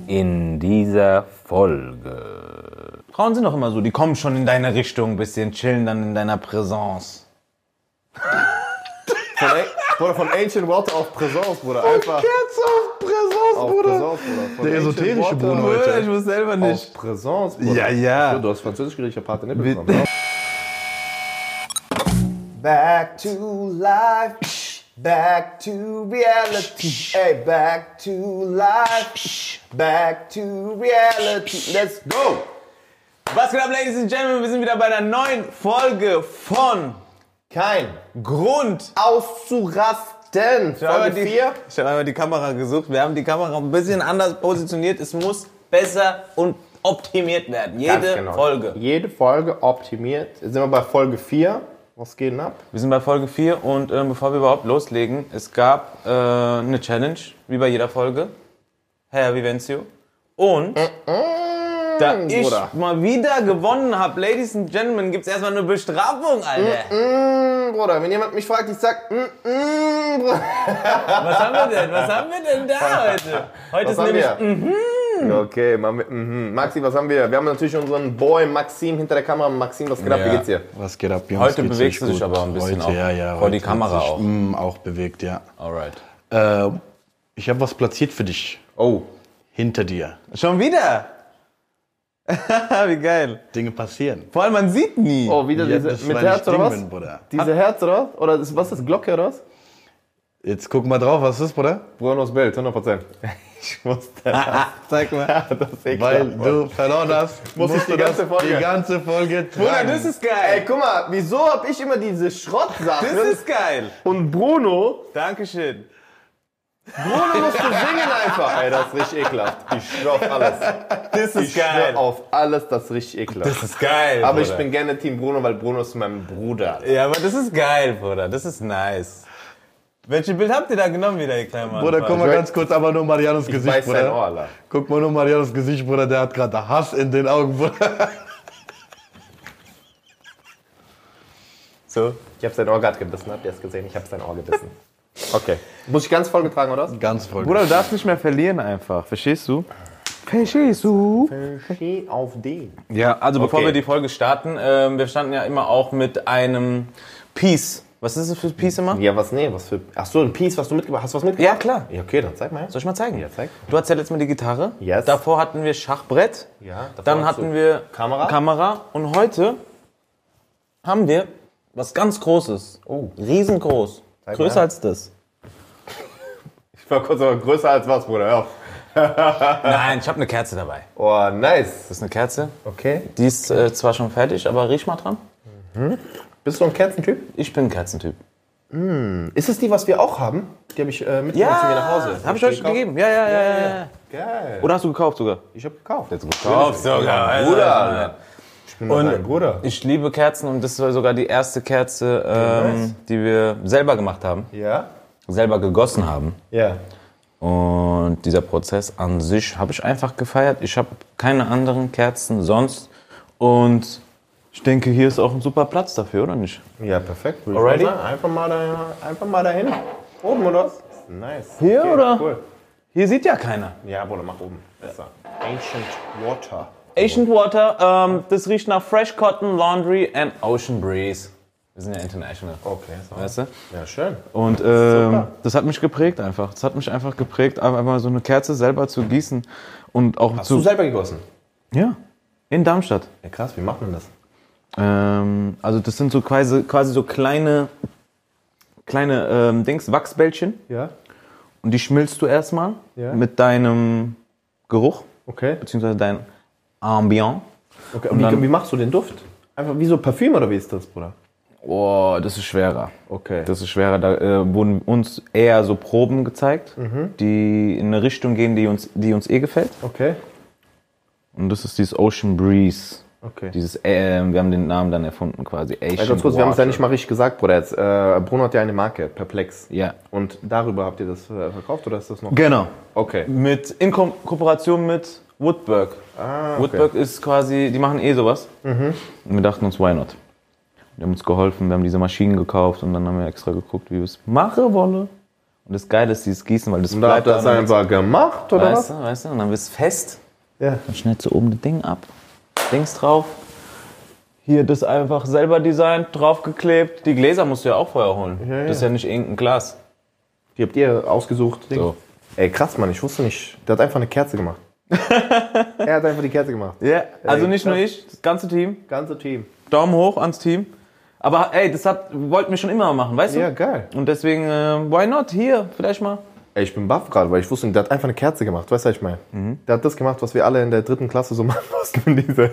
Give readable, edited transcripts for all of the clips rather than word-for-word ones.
in dieser Folge. Frauen sind doch immer so, die kommen schon in deine Richtung, ein bisschen chillen dann in deiner Präsenz. Von Ancient Water auf Präsenz, Bruder. Einfach Kerze auf Präsenz, Bruder. Präsenz, Bruder. Von Der Ancient esoterische Water Bruno Bruder, heute. ich muss selber nicht. Auf Präsenz, Bruder. Ja. Du hast Französisch geredet, ich hab harte Nippel bekommen. Back to life, back to reality, ey, back to life, back to reality, let's go! Was geht ab, Ladies and Gentlemen? Wir sind wieder bei einer neuen Folge von Kein Grund auszurasten. Folge 4. Ich habe einmal die Kamera gesucht. Wir haben die Kamera ein bisschen anders positioniert. Es muss besser und optimiert werden. Folge. Jede Folge optimiert. Jetzt sind wir bei Folge 4. Was geht denn ab? Wir sind bei Folge 4 und bevor wir überhaupt loslegen, es gab eine Challenge, wie bei jeder Folge. Herr Vivencio. Und da ich Bruder. mal wieder gewonnen habe, Ladies and Gentlemen, gibt es erstmal eine Bestrafung, Alter. Bruder, wenn jemand mich fragt, ich sag Bruder. Was haben wir denn? Was haben wir denn da heute? Heute ist nämlich Okay, Maxi, was haben wir? Wir haben natürlich unseren Boy Maxim hinter der Kamera. Maxim, was geht ab? Wie geht's dir? Was geht ab, Jungs? Heute Geht's bewegst du euch dich gut? aber ein bisschen heute, auch ja, vor die heute Kamera hat sich, auch. Auch bewegt, ja. Alright. Ich habe was platziert für dich. Oh. Hinter dir. Schon wieder? Wie geil. Dinge passieren. Vor allem, man sieht nie. Oh, wieder Ja, diese, das mit weil Herz ich oder Ding was? bin, Bruder. Diese Herz oder? Oder was ist das, Glocke oder was? Jetzt guck mal drauf, was ist, Bruder? Brunos Bild, 100%. Ich wusste das. Zeig mal. Das ist eh Weil klar. du verloren hast, Muss ich musst die du ganze das Folge- die ganze Folge Bruder, tragen. das ist Ey, geil. guck mal, wieso hab ich immer diese Schrottsachen? Das ist geil. Und Bruno Dankeschön. musste singen einfach. Ey, das ist richtig ekelhaft. Ich schwör auf alles. Das Ich ist schwör geil. auf alles, das ist richtig ekelhaft. Das ist geil, Aber Bruder. ich bin gerne Team Bruno, weil Bruno ist mein Bruder. Ja, aber das ist geil, Bruder. Das ist nice. Welches Bild habt ihr da genommen wieder, ihr kleinen Mann? Bruder, guck mal ganz kurz, aber nur Marianos Ich Gesicht, weiß sein Ohr, Bruder. Alter. Guck mal nur Marianos Gesicht, Bruder, der hat gerade Hass in den Augen, Bruder. So. Ich hab sein Ohr gerade gebissen, habt ihr es gesehen? Ich hab sein Ohr gebissen. Okay. Muss ich ganz Folge tragen, oder was? Ganz voll. Bruder, du darfst nicht mehr verlieren einfach. Verstehst du? Verstehst du? Steh auf den. Ja, also bevor Okay. wir die Folge starten, wir starten ja immer auch mit einem Piece. Was ist das für ein Piece immer? Ja, was, nee, was für... Ach so, ein Piece, was du mitgebracht hast. Hast du was mitgebracht? Ja, klar. Ja, okay, dann zeig mal her. Soll ich mal zeigen? Ja, zeig. Du hattest ja letztes Mal die Gitarre. Yes. Davor hatten wir Schachbrett. Ja, davor Dann hast du hatten wir Kamera. Und heute haben wir was ganz Großes. Oh. Riesengroß. Zeig Größer mal. als das. Ich war kurz aber größer als was, Bruder. Ja. Nein, ich habe eine Kerze dabei. Oh, nice. Das ist eine Kerze. Okay. Die ist zwar schon fertig, aber riech mal dran. Bist du ein Kerzentyp? Ich bin ein Kerzentyp. Ist es die, was wir auch haben? Die habe ich mitgenommen zu mir nach Hause. Habe ich euch gegeben. Ja. Geil. Oder hast du gekauft sogar? Ich habe gekauft. Gekauft sogar. Bruder. Ich bin Und dein Bruder. ich liebe Kerzen und das war sogar die erste Kerze, nice. die wir selber gemacht haben, Ja? selber gegossen haben. Ja. Und dieser Prozess an sich habe ich einfach gefeiert. Ich habe keine anderen Kerzen sonst. Und ich denke, hier ist auch ein super Platz dafür, oder nicht? Ja, perfekt. Würde Alrighty. ich mal sagen. Einfach mal dahin. Oben, oder was? Nice. Hier, Okay, oder? Cool. Hier sieht ja keiner. Ja, Bruder, mach oben. Besser. Ancient Water. Ancient Water, das riecht nach Fresh Cotton, Laundry and Ocean Breeze. Wir sind ja international, Okay. So. weißt du? Ja, schön. Und das hat mich geprägt einfach. Das hat mich einfach geprägt, einfach mal so eine Kerze selber zu gießen. Und auch Hast du selber gegossen? Ja, in Darmstadt. Ja, krass. Wie macht man das? Also das sind so quasi so kleine Wachsbällchen. Ja. Und die schmilzt du erstmal Ja. mit deinem Geruch, Okay. beziehungsweise dein Ambient. Okay. Und dann- Wie machst du den Duft? Einfach wie so Parfüm oder wie ist das, Bruder? Oh, das ist schwerer. Okay. Das ist schwerer. Da wurden uns eher so Proben gezeigt, die in eine Richtung gehen, die uns gefällt. Okay. Und das ist dieses Ocean Breeze. Okay. Wir haben den Namen dann erfunden quasi. Ocean Ja, ganz kurz, wir haben es ja Water. nicht mal richtig gesagt, Bruder. Jetzt, Bruno hat ja eine Marke, Perplex. Ja. Und darüber habt ihr das verkauft oder ist das noch? Genau. Okay. In Kooperation mit Woodberg. Ah, okay. Woodberg ist quasi, die machen sowas. Und wir dachten uns, why not? Die haben uns geholfen, wir haben diese Maschinen gekauft und dann haben wir extra geguckt, wie wir es machen wollen. Und das Geile ist dieses Gießen, weil das Und da habt ihr das dann einfach gemacht, oder was? weißt du, und dann wird es fest. Ja. Dann schnellst du oben das Ding ab, Dings drauf. Hier das einfach selber designt, draufgeklebt. Die Gläser musst du ja auch vorher holen. Ja, ja. Das ist ja nicht irgendein Glas. Die habt ihr ausgesucht. Ding. So. Ey, krass, Mann, ich wusste nicht. Der hat einfach eine Kerze gemacht. Er hat einfach die Kerze gemacht. Ja, also Ey, nicht nur krass. ich, das ganze Team. Ganze Team. Daumen hoch ans Team. Aber ey, wollten wir schon immer machen, weißt du? Ja, geil. Und deswegen, why not? Hier, vielleicht mal. Ey, ich bin baff gerade, weil ich wusste, der hat einfach eine Kerze gemacht. Weißt du, was ich meine? Der hat das gemacht, was wir alle in der 3. Klasse so machen mussten. Diese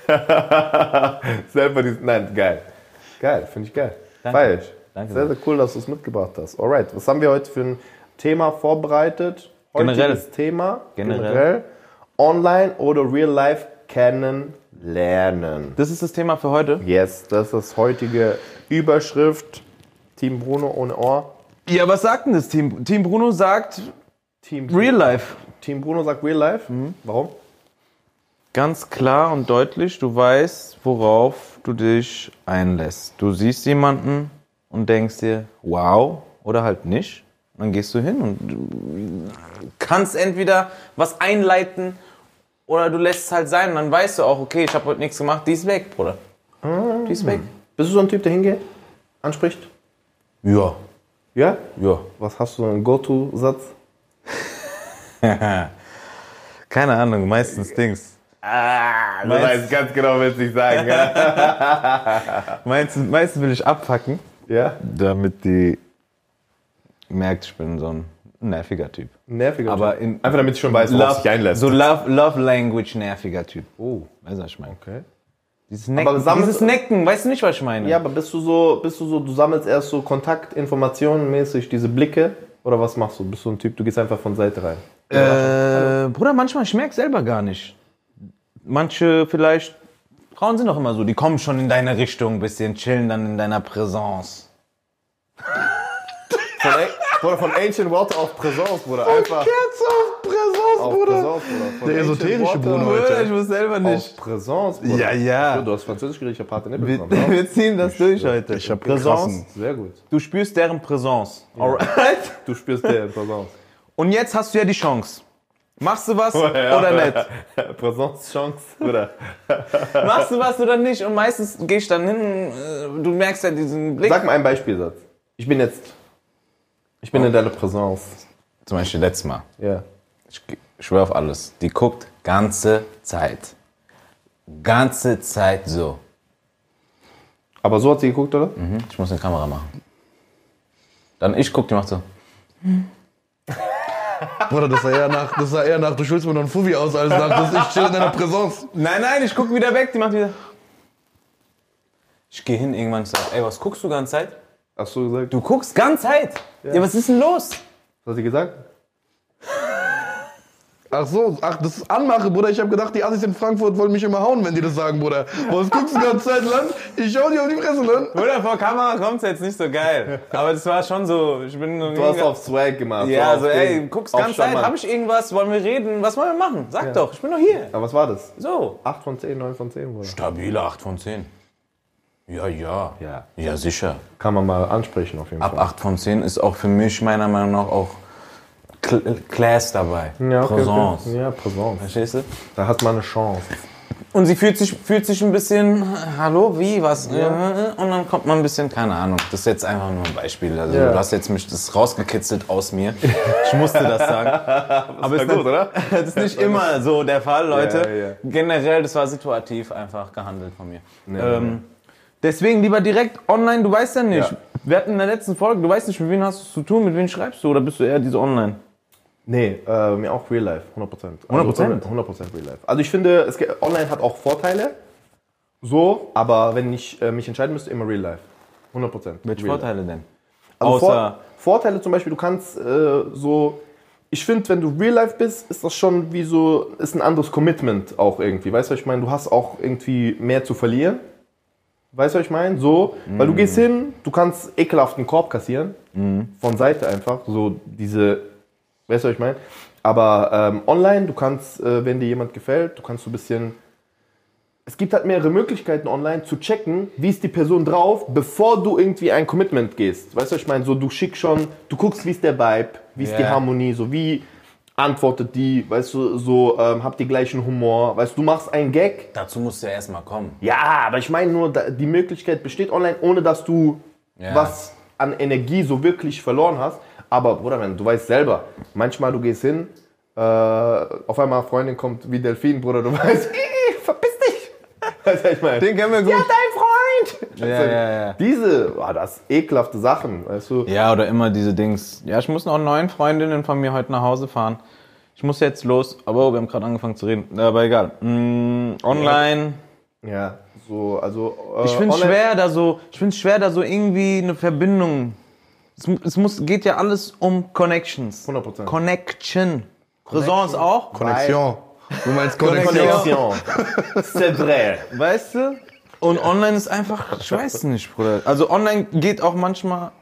selber diese. Nein, geil. Geil, finde ich geil. Danke. Feier ich. Danke. Sehr, sehr cool, dass du es mitgebracht hast. Alright, was haben wir heute für ein Thema vorbereitet? Generell. Heutiges Thema. Generell. Online oder Real Life kennenlernen. Das ist das Thema für heute. Yes, das ist das heutige Überschrift. Team Bruno ohne Ohr. Ja, was sagt denn das Team? Team Bruno sagt Team Real Life. Team Bruno sagt Real Life. Warum? Ganz klar und deutlich, du weißt, worauf du dich einlässt. Du siehst jemanden und denkst dir, wow, oder halt nicht. Dann gehst du hin und du kannst entweder was einleiten oder du lässt es halt sein. Und dann weißt du auch, okay, ich habe heute nichts gemacht, die ist weg, Bruder. Die ist weg. Bist du so ein Typ, der hingeht, anspricht? Ja. Ja? Ja. Was hast du, einen Go-To-Satz? Keine Ahnung, meistens Dings. Du weißt ganz genau, was ich sagen. Ja? Meistens will ich abfacken, Ja? damit die merkt, ich bin so ein nerviger Typ. Nerviger Aber Typ. in Einfach damit ich schon weiß, worauf sich einlässt. So Love Language nerviger Typ. Oh, Weißt du, was ich meine? okay. Dieses Aber sammelst- dieses Necken, weißt du nicht, was ich meine? Ja, aber bist du so, du sammelst erst so Kontaktinformationen mäßig, diese Blicke? Oder was machst du? Bist du ein Typ, du gehst einfach von Seite rein? Bruder, manchmal, ich merke selber gar nicht. Manche vielleicht, Frauen sind doch immer so, die kommen schon in deine Richtung, ein bisschen chillen dann in deiner Präsenz. Von Ancient Water auf Präsenz, Bruder. Einfach Jetzt auf Präsenz, auf Bruder. Präsenz, Bruder. Von Der Ancient esoterische Water Bruno Bruder, heute. ich muss selber nicht. Auf Präsenz, Bruder. Ja, ja. Du hast Französisch geredet, ich habe harte Nippel Wir, bekommen. wir ziehen das durch heute. Ich hab Präsenz. krassen. Sehr gut. Du spürst deren Präsenz. Alright? Du spürst der Präsenz. Und jetzt hast du ja die Chance. Machst du was oder nicht? Präsenzchance, Bruder. Machst du was oder nicht? Und meistens gehe ich dann hin, du merkst ja diesen Blick. Sag mal einen Beispielsatz. Ich bin in deiner Präsenz. Zum Beispiel letztes Mal. Ja. Ich schwöre auf alles. Die guckt ganze Zeit. Ganze Zeit so. Aber so hat sie geguckt, oder? Ich muss eine Kamera machen. Dann ich guck, die macht so. Bruder, das sah eher nach, du schulst mir noch einen Fuffi aus, als nach, dass ich chill in deiner Präsenz. Nein, ich guck wieder weg, die macht wieder. Ich gehe hin irgendwann und sage, ey, was guckst du ganze Zeit? Hast du gesagt? Du guckst ganze Zeit. Ja, was ist denn los? Was hat sie gesagt? Ach so, das ist Anmache, Bruder. Ich hab gedacht, die Assis in Frankfurt wollen mich immer hauen, wenn die das sagen, Bruder. Was guckst du die ganze Zeit lang? Ich schau dir auf die Fresse, Land. Bruder, vor Kamera kommt's jetzt nicht so geil. Aber das war schon so, ich bin nur Du hast auf Swag gemacht. ja, auf so, ey, Ding. guckst Auf ganze Zeit, Charmant. hab ich irgendwas, wollen wir reden, was wollen wir machen? Sag doch, ich bin doch hier. Aber was war das? So. 8 von 10, 9 von 10, Bruder. Stabile 8 von 10. Ja. Ja. Ja, sicher. Kann man mal ansprechen auf jeden Ab Fall. 8 von 10 ist auch für mich meiner Meinung nach auch Class dabei. Ja, okay, Präsenz. okay. Ja, Präsenz. Verstehst du? Da hat man eine Chance. Und sie fühlt sich ein bisschen, hallo, wie, was? Und dann kommt man ein bisschen, keine Ahnung. Das ist jetzt einfach nur ein Beispiel. Also Ja. du hast jetzt mich das rausgekitzelt aus mir. Ich musste das sagen. Aber war gut, oder? Das ist nicht immer so der Fall, Leute. Ja. Generell, das war situativ einfach gehandelt von mir. Deswegen lieber direkt online, du weißt ja nicht. Ja. Wir hatten in der letzten Folge, du weißt nicht, mit wem hast du es zu tun, mit wem schreibst du oder bist du eher diese online? Nee, mir auch Real Life, 100%. 100%? 100% Real Life. Also ich finde, online hat auch Vorteile, so, aber wenn ich mich entscheiden müsste, immer Real Life. 100%. Welche Real Vorteile denn? Also Außer Vorteile zum Beispiel, du kannst ich finde, wenn du Real Life bist, ist das schon wie so, ist ein anderes Commitment auch irgendwie. Weißt du, was ich meine? Du hast auch irgendwie mehr zu verlieren. Weißt du, was ich meine? So, weil du gehst hin, du kannst ekelhaften Korb kassieren, von Seite einfach, so diese, weißt du, was ich meine? Aber online, du kannst, wenn dir jemand gefällt, du kannst so ein bisschen es gibt halt mehrere Möglichkeiten online zu checken, wie ist die Person drauf, bevor du irgendwie ein Commitment gehst. Weißt du, was ich meine? So, du schickst schon, du guckst, wie ist der Vibe, wie ist die Harmonie, so wie antwortet die, weißt du, so habt die gleichen Humor, weißt du, du machst einen Gag. Dazu musst du ja erstmal kommen. Ja, aber ich meine nur, die Möglichkeit besteht online, ohne dass du was an Energie so wirklich verloren hast. Aber Bruder, du weißt selber, manchmal du gehst hin, auf einmal eine Freundin kommt wie Delfin, Bruder, du weißt, verpiss dich. Weißt du, ich meine? Den kennen wir gut. Ja, dein Freund. Ja. Diese, das ekelhafte Sachen, weißt du. Ja, oder immer diese Dings. Ja, ich muss noch 9 Freundinnen von mir heute nach Hause fahren. Ich muss jetzt los, aber wir haben gerade angefangen zu reden. Aber egal. Online. Ja, so, also. Ich finde es schwer, da so irgendwie eine Verbindung. Geht ja alles um Connections. 100%. Connection. Präsenz auch. Connexion. Du meinst Connexion? Connexion. C'est vrai. Weißt du? Und online ist einfach, ich weiß nicht, Bruder. Also online geht auch manchmal,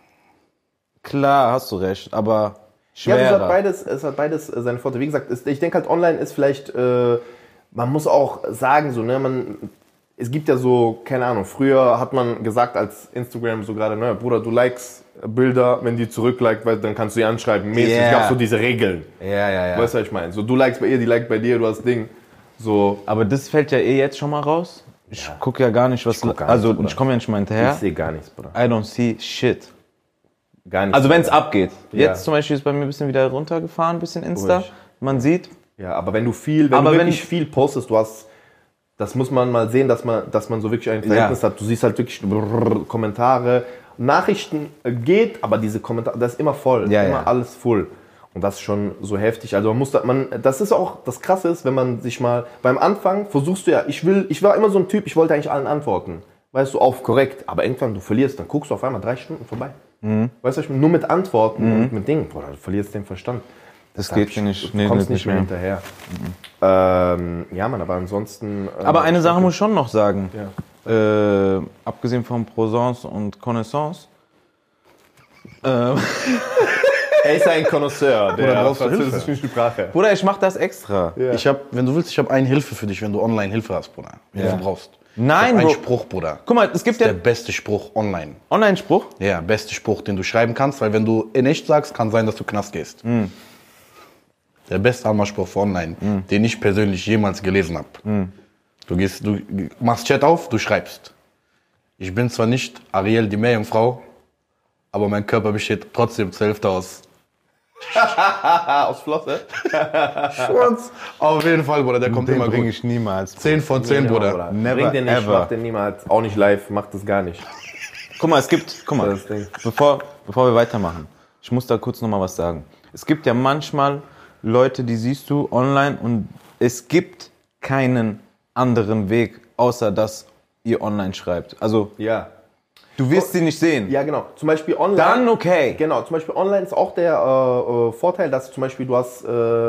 klar, hast du recht, aber schwerer. Ja, es hat beides seine Vorteile. Wie gesagt, ich denke halt, online ist vielleicht, man muss auch sagen, so, ne, es gibt ja so, keine Ahnung, früher hat man gesagt, als Instagram so gerade, ne, Bruder, du likest Bilder, wenn die zurückliked, weil dann kannst du die anschreiben. Mäßig. Es gab so diese Regeln. Ja. Weißt du, was ich meine? So, du likest bei ihr, die liked bei dir, du hast Ding. So. Aber das fällt ja jetzt schon mal raus. Ich gucke ja gar nicht, was... Ich komme ja nicht mal hinterher. Ich sehe gar nichts, Bruder. I don't see shit. Gar nichts. Also wenn es abgeht. Ja. Jetzt zum Beispiel ist bei mir ein bisschen wieder runtergefahren, ein bisschen Insta. Ruhig. Man sieht... Ja, aber wenn du wirklich viel postest, das muss man mal sehen, dass man so wirklich ein Verhältnis hat. Du siehst halt wirklich Kommentare, Nachrichten geht, aber diese Kommentare, das ist immer voll, immer alles voll. Und das ist schon so heftig. Also das ist auch das Krasse ist, wenn man sich mal, beim Anfang versuchst du ja, ich war immer so ein Typ, ich wollte eigentlich allen antworten. Weißt du, auf korrekt. Aber irgendwann du verlierst, dann guckst du auf einmal 3 Stunden vorbei. Weißt du, nur mit Antworten und mit Dingen, Bruder, du verlierst den Verstand. Das geht für nicht. Du kommst nicht mehr hinterher. Ja, Mann, aber ansonsten... aber eine Sache muss ich schon noch sagen. Ja. Abgesehen von Präsenz und Connaissance. Er ist ein Connoisseur der brauchst du Hilfe? französischen Sprache. Bruder, ich mach das extra. Ja. Wenn du willst, ich habe eine Hilfe für dich, wenn du online Hilfe hast, Bruder. Hilfe brauchst. Nein, ein Bro. Spruch, Bruder. Guck mal, es gibt Das ja ist der beste Spruch online. Online-Spruch. Ja, beste Spruch, den du schreiben kannst, weil wenn du in echt sagst, kann sein, dass du Knast gehst. Der beste Hammerspruch für online, den ich persönlich jemals gelesen habe. Du machst Chat auf, du schreibst. Ich bin zwar nicht Ariel die Meerjungfrau, aber mein Körper besteht trotzdem zur Hälfte aus Aus Flosse? Schwanz. Auf jeden Fall, Bruder, der kommt immer bringe gut. ich niemals. 10 von 10, Bruder. Never Bring den nicht, ever. mach den niemals. Auch nicht live, mach das gar nicht. Guck mal, Das Ding. bevor wir weitermachen, ich muss da kurz nochmal was sagen. Es gibt ja manchmal Leute, die siehst du online und es gibt keinen anderen Weg, außer dass ihr online schreibt. Also, Ja. du wirst sie nicht sehen. Ja, genau. Zum Beispiel online. Dann okay. Genau, zum Beispiel online ist auch der Vorteil, dass zum Beispiel du hast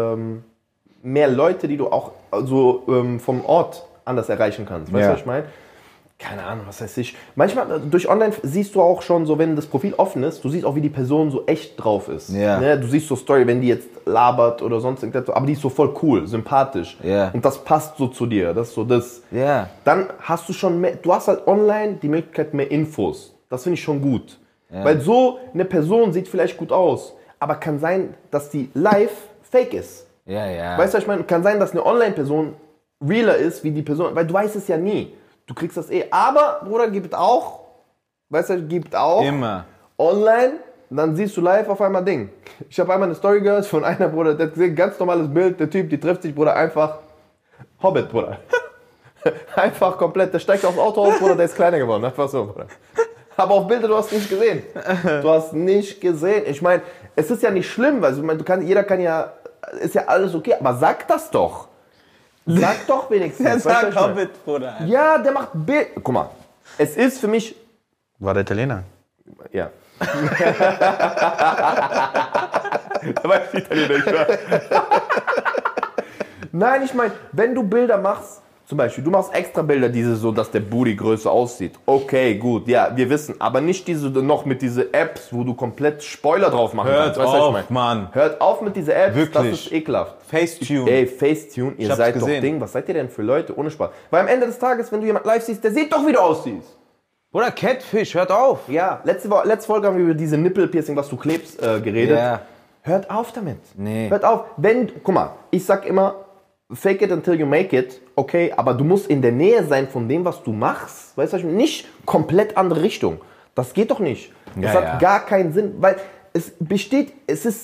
mehr Leute, die du auch vom Ort anders erreichen kannst. Weißt du, Ja. was ich meine? Keine Ahnung, was weiß ich. Manchmal durch online siehst du auch schon so, wenn das Profil offen ist, du siehst auch, wie die Person so echt drauf ist. Ja. Ne? Du siehst so Story, wenn die jetzt labert oder sonst irgendwas, aber die ist so voll cool, sympathisch. Ja. Und das passt so zu dir. Das ist so das. Ja. Dann hast du schon mehr, du hast halt online die Möglichkeit mehr Infos. Das finde ich schon gut. Weil so eine Person sieht vielleicht gut aus, aber kann sein, dass die live fake ist. Ja. Weißt du, was ich meine? Kann sein, dass eine Online-Person realer ist wie die Person, weil du weißt es ja nie. Du kriegst das aber, Bruder, gibt auch Immer. online, dann siehst du live auf einmal Ding. Ich habe einmal eine Story gehört von einer, Bruder, der hat gesehen, ganz normales Bild, der Typ, die trifft sich, Bruder, einfach Hobbit, Bruder. Einfach komplett, der steigt aufs Auto auf, Bruder, der ist kleiner geworden, einfach so, Bruder. Aber auf Bilder, du hast nicht gesehen. Du hast nicht gesehen. Ich meine, es ist ja nicht schlimm, weil jeder kann ja, ist ja alles okay, aber sag das doch. Sag doch wenigstens. Der weißt du, was sagt ich meine? Hobbit, Bruder. Ja, der macht Bild. Guck mal, es ist für mich, War der Italiener? ja. Da weiß ich Italiener, ich war. Nein, ich meine, wenn du Bilder machst, zum Beispiel, du machst extra Bilder, diese so, dass der Booty größer aussieht. Okay, gut, ja, wir wissen. Aber nicht diese noch mit diese Apps, wo du komplett Spoiler drauf machen Hört kannst. Weißt du, was ich auf, meine? Mann. Hört auf mit dieser Apps, das Wirklich. ist ekelhaft. Facetune. Ey, Facetune, ihr hab's seid gesehen. doch Ding. Was seid ihr denn für Leute? Ohne Spaß. Weil am Ende des Tages, wenn du jemand live siehst, der sieht doch, wie du aussiehst. Oder Catfish, hört auf. Ja, letzte Folge haben wir über diese Nippelpiercing, was du klebst, geredet. Ja. Hört auf damit. Nee. Hört auf. Guck mal, ich sag immer, fake it until you make it, okay, aber du musst in der Nähe sein von dem, was du machst. Weißt du, nicht komplett andere Richtung. Das geht doch nicht. Das Ja, hat ja. gar keinen Sinn, weil es besteht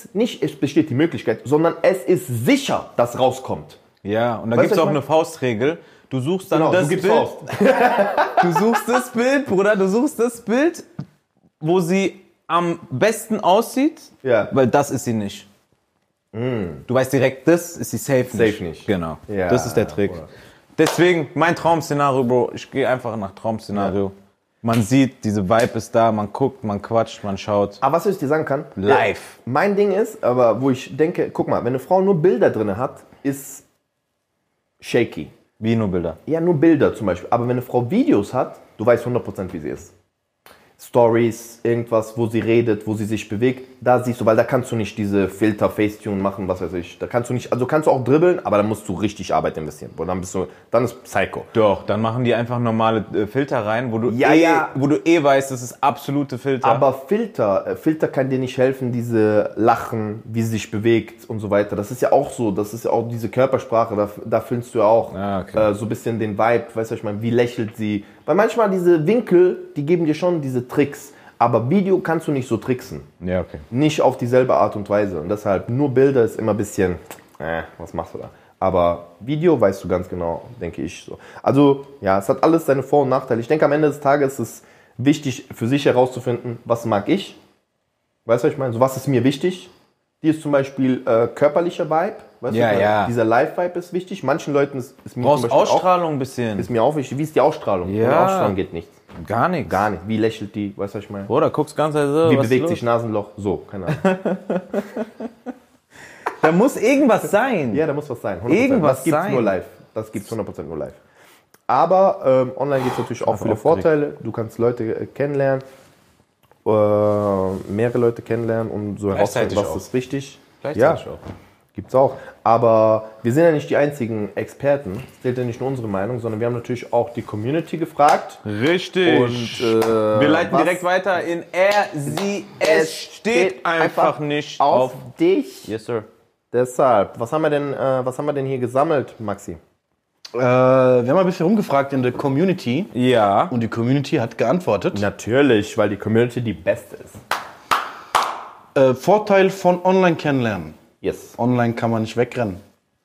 die Möglichkeit, sondern es ist sicher, dass rauskommt. Ja, und da Weißt gibt es du, auch was ich eine Faustregel. Du suchst dann Genau, das du gibst Bild. Faust. Du suchst das Bild, Bruder, du suchst das Bild, wo sie am besten aussieht, Ja. weil das ist sie nicht. Du weißt direkt, das ist sie safe nicht. Genau, Ja, das ist der Trick. Bruder. Deswegen, mein Traum-Szenario, Bro, ich gehe einfach nach Traum-Szenario. Man sieht, diese Vibe ist da, man guckt, man quatscht, man schaut. Aber was ich dir sagen kann, Live. Mein Ding ist, aber wo ich denke, guck mal, wenn eine Frau nur Bilder drin hat, ist shaky. Wie nur Bilder. Ja, nur Bilder zum Beispiel. Aber wenn eine Frau Videos hat, du weißt 100%, wie sie ist. Stories, irgendwas, wo sie redet, wo sie sich bewegt, da siehst du, weil da kannst du nicht diese Filter, Facetune machen, was weiß ich. Da kannst du nicht, also kannst du auch dribbeln, aber da musst du richtig Arbeit investieren. Und dann ist Psycho. Doch, dann machen die einfach normale Filter rein, wo du, Ja. wo du weißt, das ist absolute Filter. Aber Filter kann dir nicht helfen, diese Lachen, wie sie sich bewegt und so weiter. Das ist ja auch so, das ist ja auch diese Körpersprache, da fühlst du ja auch okay. so ein bisschen den Vibe, weißt du, was ich meine, wie lächelt sie. Weil manchmal diese Winkel, die geben dir schon diese Tricks, aber Video kannst du nicht so tricksen. Ja, okay. Nicht auf dieselbe Art und Weise. Und deshalb, nur Bilder ist immer ein bisschen, was machst du da? Aber Video weißt du ganz genau, denke ich so. Also, ja, es hat alles seine Vor- und Nachteile. Ich denke, am Ende des Tages ist es wichtig, für sich herauszufinden, was mag ich? Weißt du, was ich meine? So, was ist mir wichtig? Die ist zum Beispiel körperlicher Vibe. Weißt Ja, du? ja. Dieser Live-Vibe ist wichtig. Manchen Leuten ist mir zum Brauchst Beispiel Ausstrahlung ein bisschen. auch, ist mir auch wichtig. Wie ist die Ausstrahlung? Ja. Ohne Ausstrahlung geht nichts. Gar nichts. Gar nicht. Wie lächelt die? Weißt du, was ich meine? Bruder, guckst ganz so. Wie was bewegt ist sich los? Nasenloch? So, keine Ahnung. Da muss irgendwas sein. Ja, da muss was sein. 100%. Irgendwas das gibt's sein. nur live. Das gibt's 100% nur live. Aber online gibt es natürlich auch viele aufgeregt. Vorteile. Du kannst Leute kennenlernen, mehrere Leute kennenlernen und so herausfinden, Gleichzeitig was auch. ist richtig. Gleichzeitig ja, auch. gibt's auch. Aber wir sind ja nicht die einzigen Experten. Es zählt ja nicht nur unsere Meinung, sondern wir haben natürlich auch die Community gefragt. Richtig. Und wir leiten was- direkt weiter in es steht einfach nicht auf. dich. Yes, sir. Deshalb, was haben wir denn hier gesammelt, Maxi? Wir haben ein bisschen rumgefragt in der Community Ja. und die Community hat geantwortet. Natürlich, weil die Community die beste ist. Vorteil von Online kennenlernen. Yes. Online kann man nicht wegrennen.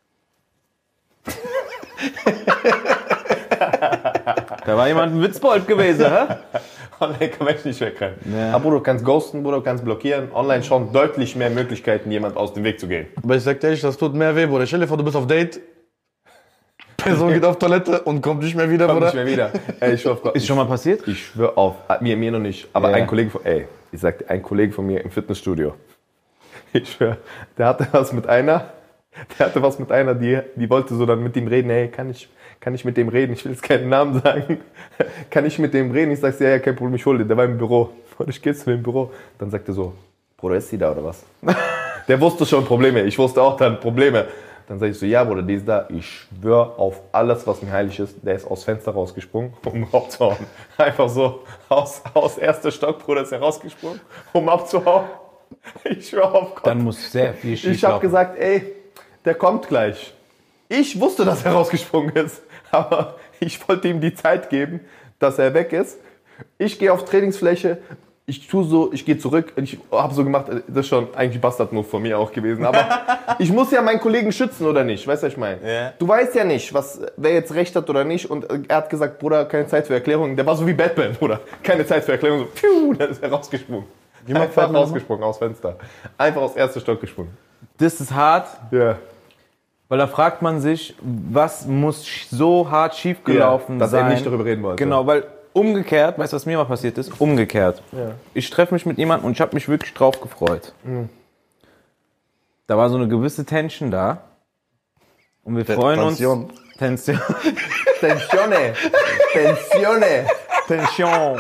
Da war jemand ein Witzbold gewesen, hä? Online kann man nicht wegrennen. Ja. Aber Bruder, du kannst ghosten, Bruder, du kannst blockieren. Online schon deutlich mehr Möglichkeiten, jemand aus dem Weg zu gehen. Aber ich sag dir ehrlich, das tut mehr weh, Bruder. Stell dir vor, du bist auf Date, Person geht auf Toilette und kommt nicht mehr wieder, Kommt Bruder. nicht mehr wieder. Ey, ich schwör auf Gott. Ist schon mal passiert? Ich schwör auf, mir noch nicht, aber Ja. ein Kollege von, ein Kollege von mir im Fitnessstudio. Ich schwör, der hatte was mit einer, die wollte so dann mit ihm reden, hey, kann ich mit dem reden? Ich will jetzt keinen Namen sagen. Kann ich mit dem reden? Ich sag, ja, kein Problem, ich hol den, der war im Büro. Und ich geh zu dem Büro. Dann sagt er so, Bruder, ist sie da oder was? Der wusste schon Probleme, ich wusste auch dann Probleme. Dann sag ich so, ja Bruder, die ist da. Ich schwör auf alles, was mir heilig ist. Der ist aus Fenster rausgesprungen, um abzuhauen. Einfach so, aus erster Stock, Bruder, ist er rausgesprungen, um abzuhauen. Ich schwör auf Gott. Dann muss sehr viel schief Ich habe laufen. gesagt, ey, der kommt gleich. Ich wusste, dass er rausgesprungen ist, aber ich wollte ihm die Zeit geben, dass er weg ist. Ich gehe auf Trainingsfläche, ich gehe zurück. Ich habe so gemacht, das ist schon eigentlich Bastard-Move von mir auch gewesen. Aber ich muss ja meinen Kollegen schützen, oder nicht? Weißt du, was ich meine? Ja. Du weißt ja nicht, wer jetzt recht hat oder nicht. Und er hat gesagt, Bruder, keine Zeit für Erklärungen. Der war so wie Batman, Bruder. Keine Zeit für Erklärungen. So, pfiuh, dann ist er rausgesprungen. Einfach rausgesprungen aus Fenster. Einfach aus erster Stock gesprungen. Das ist hart, Ja. weil da fragt man sich, was muss so hart schiefgelaufen Ja, dass sein. er nicht darüber reden wollte. Genau, weil umgekehrt, weißt du, was mir mal passiert ist? Umgekehrt. Ja. Ich treffe mich mit jemandem und ich habe mich wirklich drauf gefreut. Da war so eine gewisse Tension da. Und wir freuen uns. Tension. Tensione. Tensione. Tension.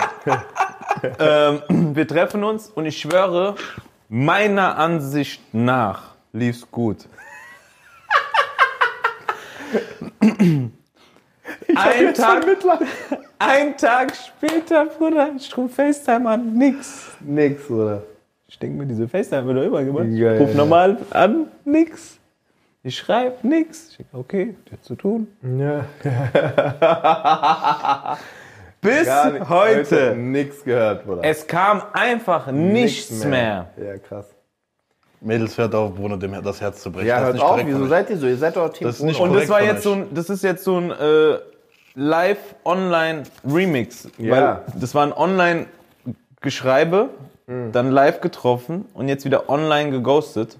Wir treffen uns und ich schwöre, meiner Ansicht nach lief's gut. Ein Tag später, Bruder, ich ruf FaceTime an, nix. Nix, oder? Ich denke mir, diese FaceTime wird doch immer gemacht. Geil, Ich ruf ja. normal an, nix. Ich schreibe nix. Ich denke, okay, wird zu tun. Ja. Bis heute. Nix gehört, Bruder. Es kam einfach nichts mehr. Ja, krass. Mädels, hört auf, Bruno, dem das Herz zu brechen. Ja, das ist hört nicht auf, korrekt von wieso euch. seid ihr so? Ihr seid doch Team Das ist nicht Bruno. Und das war korrekt jetzt von das ist jetzt so ein Live-Online-Remix. Ja. Weil das war ein Online-Geschreibe, dann live getroffen und jetzt wieder online geghostet.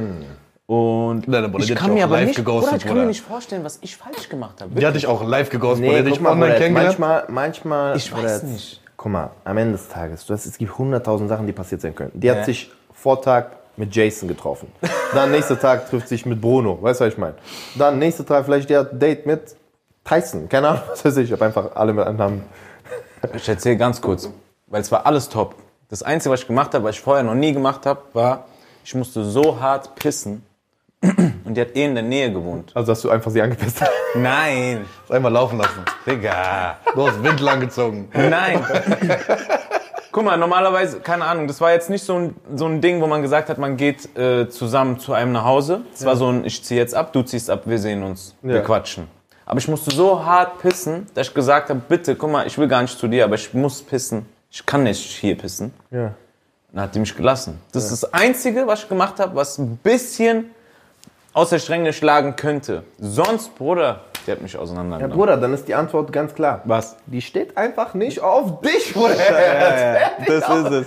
Und Nein, Bruder, ich die hat kann dich mir auch aber live nicht, geghostet, Bruder, ich kann Bruder. mir nicht vorstellen, was ich falsch gemacht habe. Die hat dich auch live geghostet, Nee, Bruder, dich guck mal, online Bruder, kennengelernt. manchmal... Ich Bruder, weiß nicht. Guck mal, am Ende des Tages, es gibt 100.000 Sachen, die passiert sein können. Die hat sich Vortag mit Jason getroffen. Dann nächster Tag trifft sich mit Bruno, weißt du, was ich meine? Dann nächster Tag vielleicht der Date mit Tyson, keine Ahnung, was weiß ich. Ich habe einfach alle mit Namen. Ich erzähle ganz kurz, weil es war alles top. Das Einzige, was ich gemacht habe, was ich vorher noch nie gemacht habe, war, ich musste so hart pissen und die hat in der Nähe gewohnt. Also hast du einfach sie angepisst. Nein, Einmal laufen lassen. Digga. Du hast Windel angezogen. Nein. Guck mal, normalerweise, keine Ahnung, das war jetzt nicht so ein Ding, wo man gesagt hat, man geht zusammen zu einem nach Hause. Es war so ein, ich ziehe jetzt ab, du ziehst ab, wir sehen uns, wir quatschen. Aber ich musste so hart pissen, dass ich gesagt habe, bitte, guck mal, ich will gar nicht zu dir, aber ich muss pissen. Ich kann nicht hier pissen. Ja. Dann hat die mich gelassen. Das ist das Einzige, was ich gemacht habe, was ein bisschen aus der Stränge schlagen könnte. Sonst, Bruder, die hat mich Ja, auseinandergenommen. Bruder, dann ist die Antwort ganz klar. Was? Die steht einfach nicht auf dich, Bruder. Das ist es.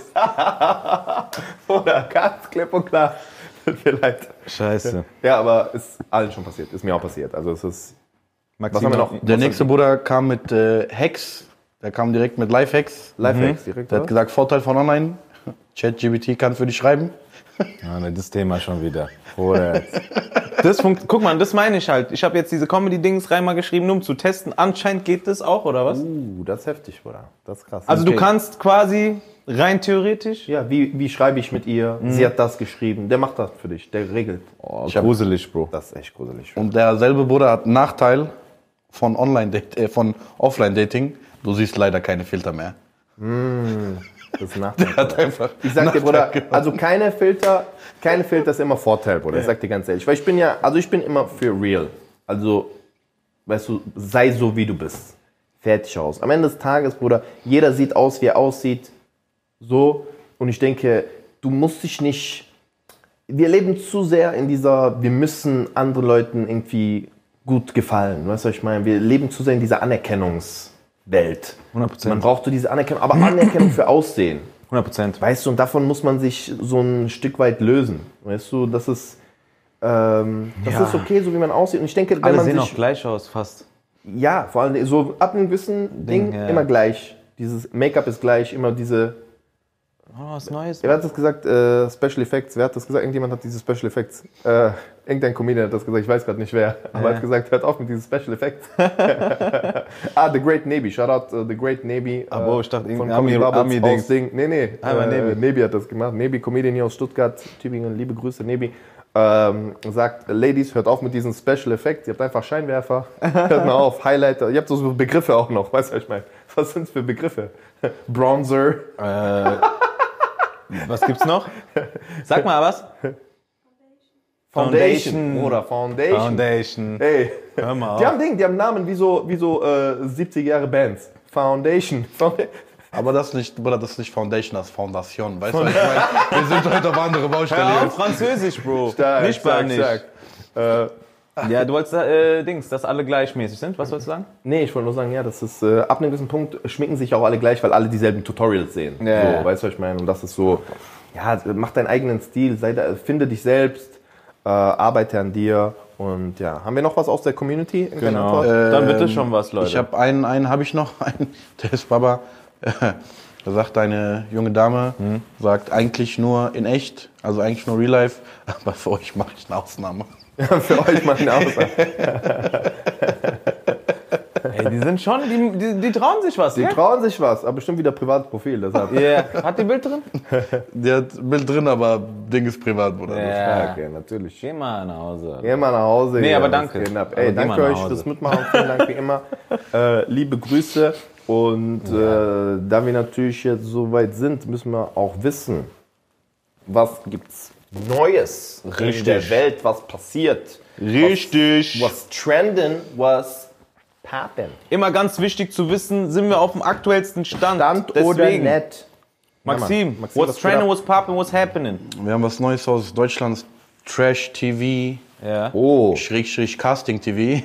Bruder, ganz klipp und klar. Tut mir leid. Scheiße. Ja, aber ist allen schon passiert. Ist mir auch passiert. Also es ist... Was haben wir noch? Der nächste Bruder kam mit Hacks. Der kam direkt mit Live-Hacks. Lifehacks direkt, Der hat gesagt, Vorteil von online. ChatGPT kann für dich schreiben. Ja, ne, das Thema schon wieder. Bruder. Guck mal, das meine ich halt. Ich habe jetzt diese Comedy-Dings rein mal geschrieben, nur um zu testen. Anscheinend geht das auch, oder was? Das ist heftig, Bruder. Das ist krass. Also du kannst quasi rein theoretisch... Ja, wie schreibe ich mit ihr? Sie hat das geschrieben. Der macht das für dich. Der regelt. Oh, gruselig, Bro. Das ist echt gruselig. Und derselbe Bruder hat einen Nachteil von von Offline-Dating. Du siehst leider keine Filter mehr. Das ist ein Nachteil. Hat einfach Ich sag dir, Bruder, also keine Filter ist immer Vorteil, Bruder. Ich sag dir ganz ehrlich. Weil ich bin immer für real. Also, weißt du, sei so wie du bist. Fertig aus. Am Ende des Tages, Bruder, jeder sieht aus, wie er aussieht. So. Und ich denke, du musst dich nicht. Wir leben zu sehr in dieser, wir müssen anderen Leuten irgendwie gut gefallen. Weißt du, was ich meine? Wir leben zu sehr in dieser Anerkennungswelt. 100%. Man braucht so diese Anerkennung, aber Anerkennung für Aussehen. 100%. Weißt du, und davon muss man sich so ein Stück weit lösen. Weißt du, das ist okay, so wie man aussieht. Und ich denke, wenn Alle man sehen sich, auch gleich aus, fast. ja, vor allem so ab einem gewissen Ding ja. immer gleich. Dieses Make-up ist gleich, immer diese. Oh, was Neues. Wer hat das gesagt? Special Effects. Wer hat das gesagt? Irgendjemand hat diese Special Effects. Irgendein Comedian hat das gesagt, ich weiß gerade nicht wer. Aber hat gesagt, hört auf mit diesen Special Effects. The Great Nebi. Shoutout The Great Nebi. Bro, ich dachte, von irgendein Comedy Bubbles Ami-Dings. aus Ding. Nee. Nebi. Nebi hat das gemacht. Nebi, Comedian hier aus Stuttgart, Tübingen. Liebe Grüße, Nebi. Sagt, Ladies, hört auf mit diesen Special Effects. Ihr habt einfach Scheinwerfer. Hört mal auf. Highlighter. Ihr habt so Begriffe auch noch. Weißt du, was ich meine? Was sind es für Begriffe? Bronzer. Was gibt's noch? Sag mal was. Foundation. Oder Foundation. Foundation. Hey. Hör mal auf. Die haben Namen wie so 70 Jahre Bands. Foundation. Aber das ist nicht Foundation, das ist Foundation. Weißt du, was ich meine? Wir sind heute auf andere Baustelle Hör auf jetzt. Französisch, Bro. Stark. Ja, du wolltest dass alle gleichmäßig sind. Was wolltest du sagen? Nee, ich wollte nur sagen, ja, das ist ab einem gewissen Punkt schminken sich auch alle gleich, weil alle dieselben Tutorials sehen. Ja. So, weißt du, was ich meine? Und das ist so, ja, mach deinen eigenen Stil, finde dich selbst, arbeite an dir. Und ja, haben wir noch was aus der Community? Irgendeine Genau. Antwort? Dann bitte schon was, Leute. Ich habe einen habe ich noch, der ist Baba. Da sagt eine junge Dame, sagt eigentlich nur in echt, also eigentlich nur Real Life, aber für euch mache ich eine Ausnahme. Für euch mal eine Aussage. Die sind schon, die trauen sich was, Die ja? trauen sich was, aber bestimmt wieder privates Profil, deshalb. Ja. Hat die Bild drin? Der hat ein Bild drin, aber Ding ist privat, Bruder. Ja, okay, natürlich. Geh mal nach Hause. Geh mal nach Hause. Nee, hier, aber was danke. geht ab? Aber Ey, geh danke mal nach euch Hause. fürs Mitmachen. Vielen Dank wie immer. Liebe Grüße. Und da wir natürlich jetzt so weit sind, müssen wir auch wissen, was gibt's Neues in Richtig. der Welt, was passiert. Richtig. Was trending, was poppin'. Immer ganz wichtig zu wissen, sind wir auf dem aktuellsten Stand. Stand Deswegen, oder nett. Maxim, Ja, Mann. Maxim, what's was trending, geht what's popping, what's happening? Wir haben was Neues aus Deutschland. Trash TV, Ja. Oh, Schrägstrich Casting TV.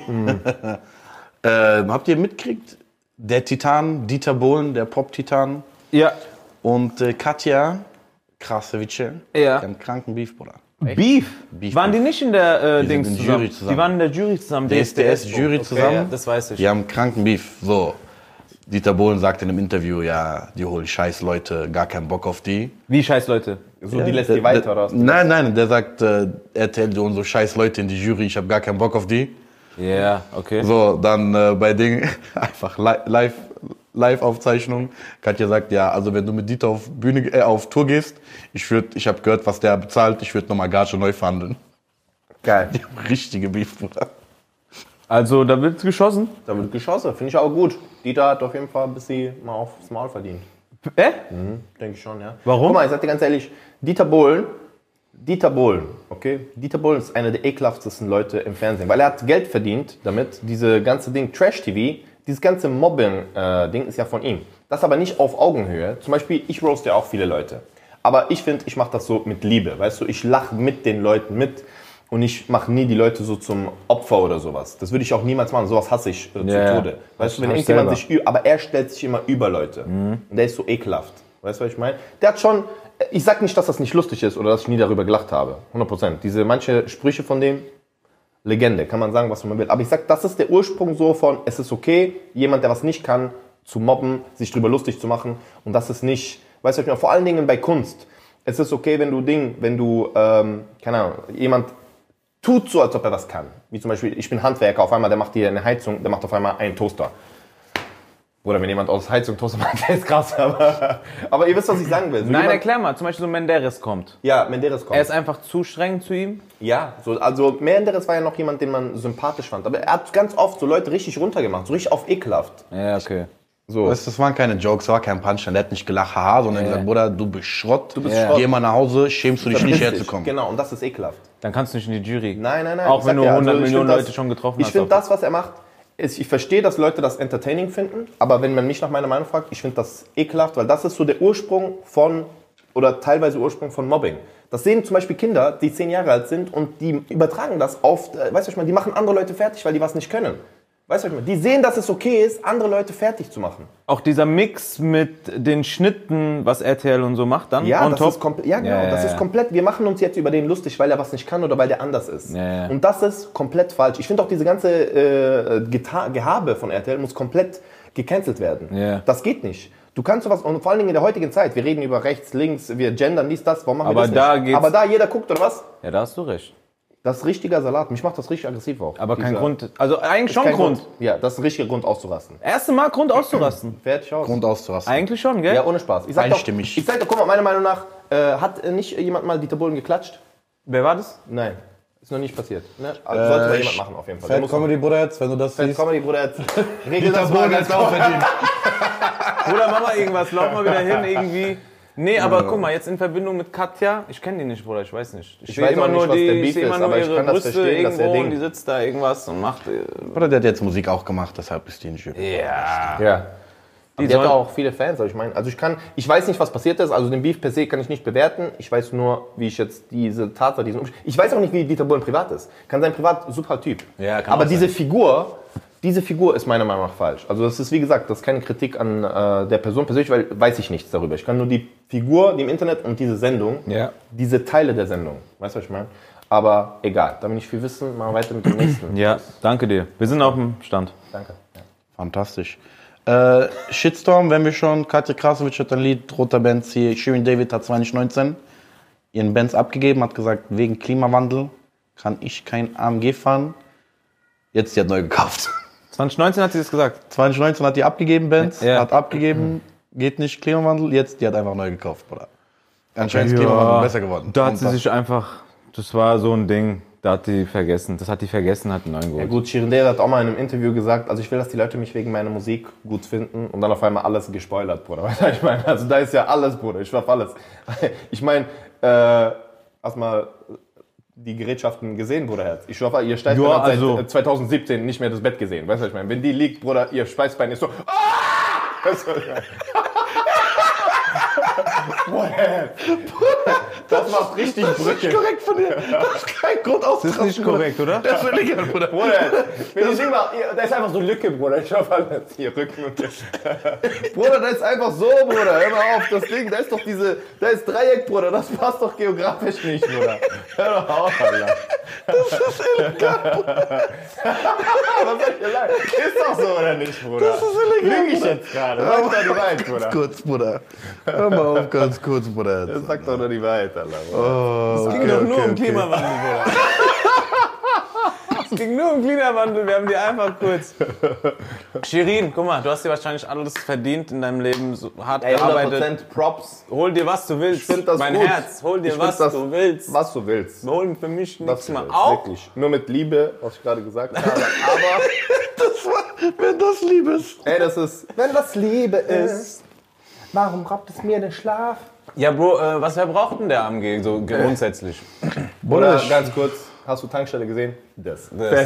Habt ihr mitgekriegt? Der Titan, Dieter Bohlen, der Pop-Titan Ja. und Katja Krasavice, Ja. die haben kranken Beef, Bruder. Beef. Beef. Waren die nicht in der Die Dings sind in zusammen? Jury zusammen. Die waren in der Jury zusammen. DSDS-Jury zusammen. Ja, das weiß ich. Die haben kranken Beef. So, Dieter Bohlen sagt in einem Interview, ja, die holen scheiß Leute, gar keinen Bock auf die. Wie scheiß Leute. so die lässt die weiter, oder was? Nein, der sagt, RTL, die holen so scheiß Leute in die Jury, ich habe gar keinen Bock auf die. Ja, okay. So, dann bei Ding, einfach Live-Aufzeichnung. Katja sagt, ja, also wenn du mit Dieter auf Tour gehst, ich habe gehört, was der bezahlt, ich würde nochmal Gage neu verhandeln. Geil. Die haben richtige Beef, Bruder. Also, da wird geschossen. Da wird geschossen, finde ich auch gut. Dieter hat auf jeden Fall ein bisschen mal aufs Maul verdient. Denke ich schon, ja. Warum? Guck mal, ich sag dir ganz ehrlich, Dieter Bohlen, okay? Dieter Bohlen ist einer der ekelhaftesten Leute im Fernsehen, weil er hat Geld verdient damit, diese ganze Ding, Trash-TV, dieses ganze Mobbing-Ding ist ja von ihm. Das aber nicht auf Augenhöhe. Zum Beispiel, ich roaste ja auch viele Leute. Aber ich finde, ich mache das so mit Liebe, weißt du? Ich lache mit den Leuten mit und ich mache nie die Leute so zum Opfer oder sowas. Das würde ich auch niemals machen, sowas hasse ich zu Ja, Tode. Weißt du, wenn hab ich irgendjemand selber. sich, aber er stellt sich immer über Leute. Und der ist so ekelhaft. Weißt du, was ich meine? Der hat schon, ich sag nicht, dass das nicht lustig ist oder dass ich nie darüber gelacht habe. 100%. Diese manche Sprüche von dem, Legende, kann man sagen, was man will. Aber ich sag, das ist der Ursprung so von, es ist okay, jemand, der was nicht kann, zu mobben, sich drüber lustig zu machen. Und das ist nicht, weißt du, was ich meine? Vor allen Dingen bei Kunst. Es ist okay, wenn du, keine Ahnung, jemand tut so, als ob er was kann. Wie zum Beispiel, ich bin Handwerker, auf einmal, der macht dir eine Heizung, der macht auf einmal einen Toaster. Oder wenn jemand aus Heizung Toaster macht, der ist krass, aber ihr wisst, was ich sagen will. So Nein, jemand, erklär mal. Zum Beispiel so Menderes kommt. ja, Menderes kommt. Er ist einfach zu streng zu ihm. Ja, so, also Menderes war ja noch jemand, den man sympathisch fand. Aber er hat ganz oft so Leute richtig runtergemacht, so richtig auf ekelhaft. Ja, okay. So. Weißt du, das waren keine Jokes, das war kein Punchline, der hat nicht gelacht, haha, sondern gesagt, Bruder, du bist Schrott, Schrott. geh mal nach Hause, schämst du dich nicht Richtig. herzukommen. Genau, und das ist ekelhaft. Dann kannst du nicht in die Jury. Nein. Auch Ich wenn sag du ja, 100 ich Millionen find Leute schon getroffen Ich hast. finde das, was er macht, ich verstehe, dass Leute das entertaining finden, aber wenn man mich nach meiner Meinung fragt, ich finde das ekelhaft, weil das ist so der Ursprung von, oder teilweise Ursprung von Mobbing. Das sehen zum Beispiel Kinder, die 10 Jahre alt sind und die übertragen das auf, weißt du, ich meine, die machen andere Leute fertig, weil die was nicht können. Weißt du, ich meine, die sehen, dass es okay ist, andere Leute fertig zu machen. Auch dieser Mix mit den Schnitten, was RTL und so macht dann. Ja, on das top. ist komplett. Ja, genau. Ja, das ja, ist ja. komplett. Wir machen uns jetzt über den lustig, weil er was nicht kann oder weil der anders ist. Ja, ja. Und das ist komplett falsch. Ich finde auch diese ganze Gehabe von RTL muss komplett gecancelt werden. Ja. Das geht nicht. Du kannst sowas, und vor allen Dingen in der heutigen Zeit, wir reden über rechts, links, wir gendern dies, das, warum machen Aber wir das da nicht? geht's- Aber da jeder guckt, oder was? Ja, da hast du recht. Das ist richtiger Salat. Mich macht das richtig aggressiv auch. Aber kein Dieser- Grund. Also eigentlich ist schon kein Grund. Ja, das ist ein richtiger Grund auszurasten. Erste Mal Grund auszurasten. Fertig aus. Grund auszurasten. Eigentlich schon, gell? Ja, ohne Spaß. Ich sag doch, Einstimmig. guck mal, meiner Meinung nach, hat nicht jemand mal Dieter Bohlen geklatscht? Wer war das? Nein, ist noch nicht passiert. Ne? Also sollte mal jemand machen auf jeden Fall. Der Fat muss Comedy, Bruder, jetzt, wenn du das Fat siehst. Comedy, Bruder, jetzt regel das mal Bohlen ganz hat's auch verdient. Bruder, mach mal irgendwas. Lauf mal wieder hin irgendwie. Nee, aber guck mal, jetzt in Verbindung mit Katja. Ich kenne die nicht, Bruder, ich weiß nicht. Ich sehe weiß immer auch nicht, nur was der die, Beef ich sehe immer ist, nur aber ich ihre kann das Brüste verstehen, dass er irgendwo und Ding- die sitzt da irgendwas und macht. Bruder, der hat jetzt Musik auch gemacht, deshalb ist die in Jury. Ja. Ja. Die soll- hat auch viele Fans, aber ich meine, also ich weiß nicht, was passiert ist, also den Beef per se kann ich nicht bewerten. Ich weiß nur, wie ich jetzt diese Tatsache, ich weiß auch nicht, wie Dieter Bohlen privat ist. Kann sein privat super Typ. Ja, kann aber auch diese Figur ist meiner Meinung nach falsch. Also das ist, wie gesagt, das ist keine Kritik an der Person persönlich, weil weiß ich nichts darüber. Ich kann nur die Figur, die im Internet und diese Sendung, Ja. diese Teile der Sendung, weißt du, was ich meine? Aber egal, da will ich viel wissen, machen wir weiter mit dem nächsten. Ja, danke dir. Wir sind auf dem Stand. Danke. Ja. Fantastisch. Shitstorm, wenn wir schon. Katja Krasavice hat ein Lied, Roter Benz hier. Shirin David hat 2019 ihren Benz abgegeben, hat gesagt, wegen Klimawandel kann ich kein AMG fahren. Jetzt, die hat neu gekauft. 2019 hat sie das gesagt. 2019 hat die abgegeben, Benz, Ja. hat abgegeben, geht nicht, Klimawandel, jetzt, die hat einfach neu gekauft, Bruder. Anscheinend ist Klimawandel besser geworden. Da hat Und sie das- sich einfach, das war so ein Ding, da hat die vergessen, hat einen neuen Ja geholt. gut, Shirindera hat auch mal in einem Interview gesagt, also ich will, dass die Leute mich wegen meiner Musik gut finden und dann auf einmal alles gespoilert, Bruder. Weißt du, was ich meine? Also da ist ja alles, Bruder, ich schwör auf alles. Ich meine, hast mal die Gerätschaften gesehen, Bruderherz? Ich schwör auf, ihr Steißbein Ja, habt seit also- 2017 nicht mehr das Bett gesehen. Weißt du, was ich meine? Wenn die liegt, Bruder, ihr Steißbein ist so... Ah! Weißt du, was ich meine? Bruderherz. Das macht richtig Brücke. Korrekt von dir. Das ist kein Grund Das ist nicht korrekt, oder? Das ist illegal, Bruder. Bruder, wenn ich mal, da ist einfach so Lücke, Bruder. Ich schau mal hier Rücken und Bruder, da ist einfach so, Bruder. Hör mal auf, das Ding, da ist doch da ist Dreieck, Bruder. Das passt doch geografisch nicht, Bruder. Hör doch auf, Alter. Das ist illegal, Was soll ich dir leid? Ist doch so, oder nicht, Bruder? Das ist illegal. Lüge ich jetzt gerade? Sag doch die Wahrheit, Bruder. Kurz, Bruder. Hör mal auf, ganz kurz, Bruder. Sag doch nur die Wahrheit, Alter. Oh, Es ging doch nur um Klimawandel, Bruder. Es ging nur um Klimawandel, wir haben die einfach kurz. Shirin, guck mal, du hast dir wahrscheinlich alles verdient in deinem Leben, so hart Ey, gearbeitet. 100% Props. Hol dir, was du willst. Ich find das mein gut. Herz, hol dir, Ich find was das- du willst. Was du willst. Holen für mich Was nichts du mehr. willst, Auch wirklich. Nur mit Liebe, was ich gerade gesagt habe. Aber, Wenn das Liebe ist. ey, das ist... Wenn das Liebe ist, warum raubt es mir den Schlaf? ja, Bro, was wer braucht denn der AMG so grundsätzlich? Oder ganz kurz, hast du Tankstelle gesehen? Das. Das.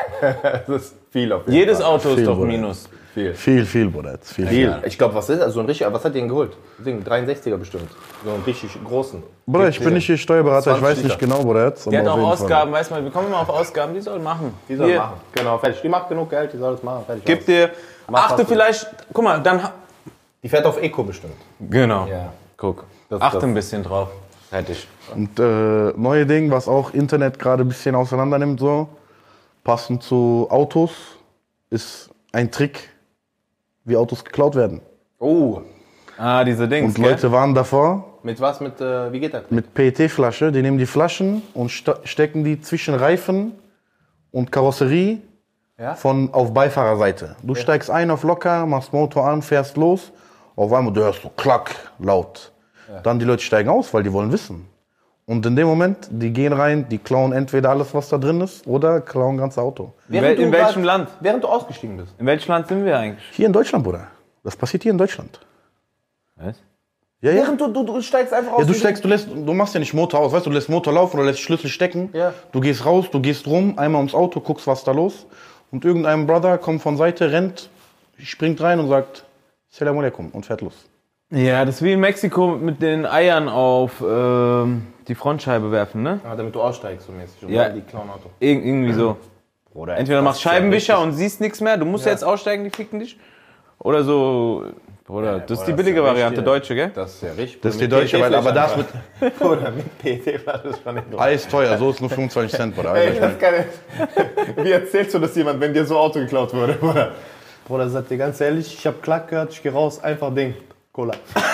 Das ist viel auf jeden Jedes Fall. Auto ist Viel, doch Bruder. Minus. Viel. Viel, Bruder. Viel. Viel. Ich glaube, was ist das? So ein richtig, was hat ihr denn geholt? Ding, 63er bestimmt. So einen richtig großen. Bruder, ich bin nicht hier Steuerberater, ich 20 weiß nicht Liter. genau, Bruder. Jetzt, Die hat aber auf auch jeden Fall. Ausgaben, weißt du, wir kommen immer auf Ausgaben, die soll machen. Die soll Hier, machen. Genau, fertig. Die macht genug Geld, die soll das machen. Fertig. Gib dir, Mach, was achte du- vielleicht, guck mal, dann, Die fährt auf Eco bestimmt. genau, Ja. guck, Das- achte das- ein bisschen drauf, fertig. Und neue Ding, was auch Internet gerade ein bisschen auseinander nimmt, so, passend zu Autos, ist ein Trick, wie Autos geklaut werden. Oh. Ah, diese Dings, Und Leute waren davor Mit was? Wie geht das? mit PET-Flasche, die nehmen die Flaschen und stecken die zwischen Reifen und Karosserie Ja? auf Beifahrerseite. Du steigst ein auf locker, machst Motor an, fährst los, auf einmal du hörst so klack, laut. Dann die Leute steigen aus, weil die wollen wissen. Und in dem Moment, die gehen rein, die klauen entweder alles, was da drin ist, oder klauen ganze Auto. In welchem grad- Land? Während du ausgestiegen bist. In welchem Land sind wir eigentlich? Hier in Deutschland, Bruder. Das passiert hier in Deutschland. Was? Ja, ja. Während du steigst einfach aus. Ja, du machst ja nicht Motor aus, weißt du, lässt Motor laufen oder lässt Schlüssel stecken. Ja. Du gehst raus, du gehst rum, einmal ums Auto, guckst, was da los. Und irgendein Brother kommt von Seite, rennt, springt rein und sagt, Salam alaikum und fährt los. Ja, das ist wie in Mexiko mit den Eiern auf die Frontscheibe werfen, ne? Ah, damit du aussteigst so mäßig. Und Ja. dann die klauen Auto. Irgendwie so. Bruder, Entweder du machst das ist ja Scheibenwischer richtig- und siehst nichts mehr, du musst jetzt aussteigen, die ficken dich. Oder so, Bruder, das ist die Bruder, billige das ist ja Variante, richtig- deutsche, gell? Das ist ja richtig. Das ist die deutsche, weil aber das mit Oder mit PT war das schon nicht Ei ist teuer, so ist nur 25 Cent, Bruder. Also Ey, ich das mein, kann Wie erzählst du das jemand, wenn dir so ein Auto geklaut wurde, Bruder? Bruder, sag dir ganz ehrlich, ich hab Klack gehört, ich geh raus, einfach Ding. Cola.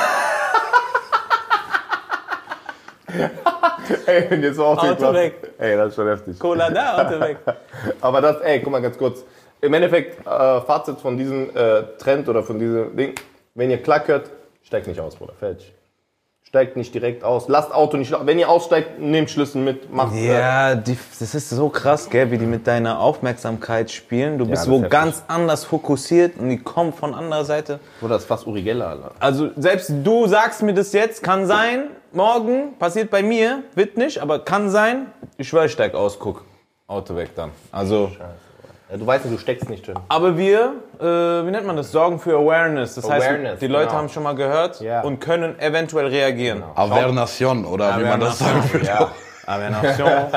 Ey, wenn dir so ein Auto Auto geklaut weg. Ey, das ist schon heftig. Cola da, Auto weg. Aber das, ey, guck mal ganz kurz. Im Endeffekt, Fazit von diesem Trend oder von diesem Ding, wenn ihr Klack hört, steigt nicht aus, Bruder. Fertig. Steigt nicht direkt aus. Lasst Auto nicht laufen. Wenn ihr aussteigt, nehmt Schlüssel mit. Macht, Ja, das ist so krass, gell, wie die mit deiner Aufmerksamkeit spielen. Du bist das wo ist heftig. ganz anders fokussiert und die kommen von anderer Seite. Bruder, das ist fast Uri Geller, Alter. Also selbst du sagst mir das jetzt, kann sein, morgen, passiert bei mir, wird nicht, aber kann sein, ich schwör, ich steig aus, guck, Auto weg dann. Also, Ja, du weißt nicht, du steckst nicht drin. aber wir, wie nennt man das, sorgen für Awareness. Das heißt, Awareness, die Leute genau. haben schon mal gehört Ja. und können eventuell reagieren. Avernation, oder wie man das sagen würde. Ja, Avernation.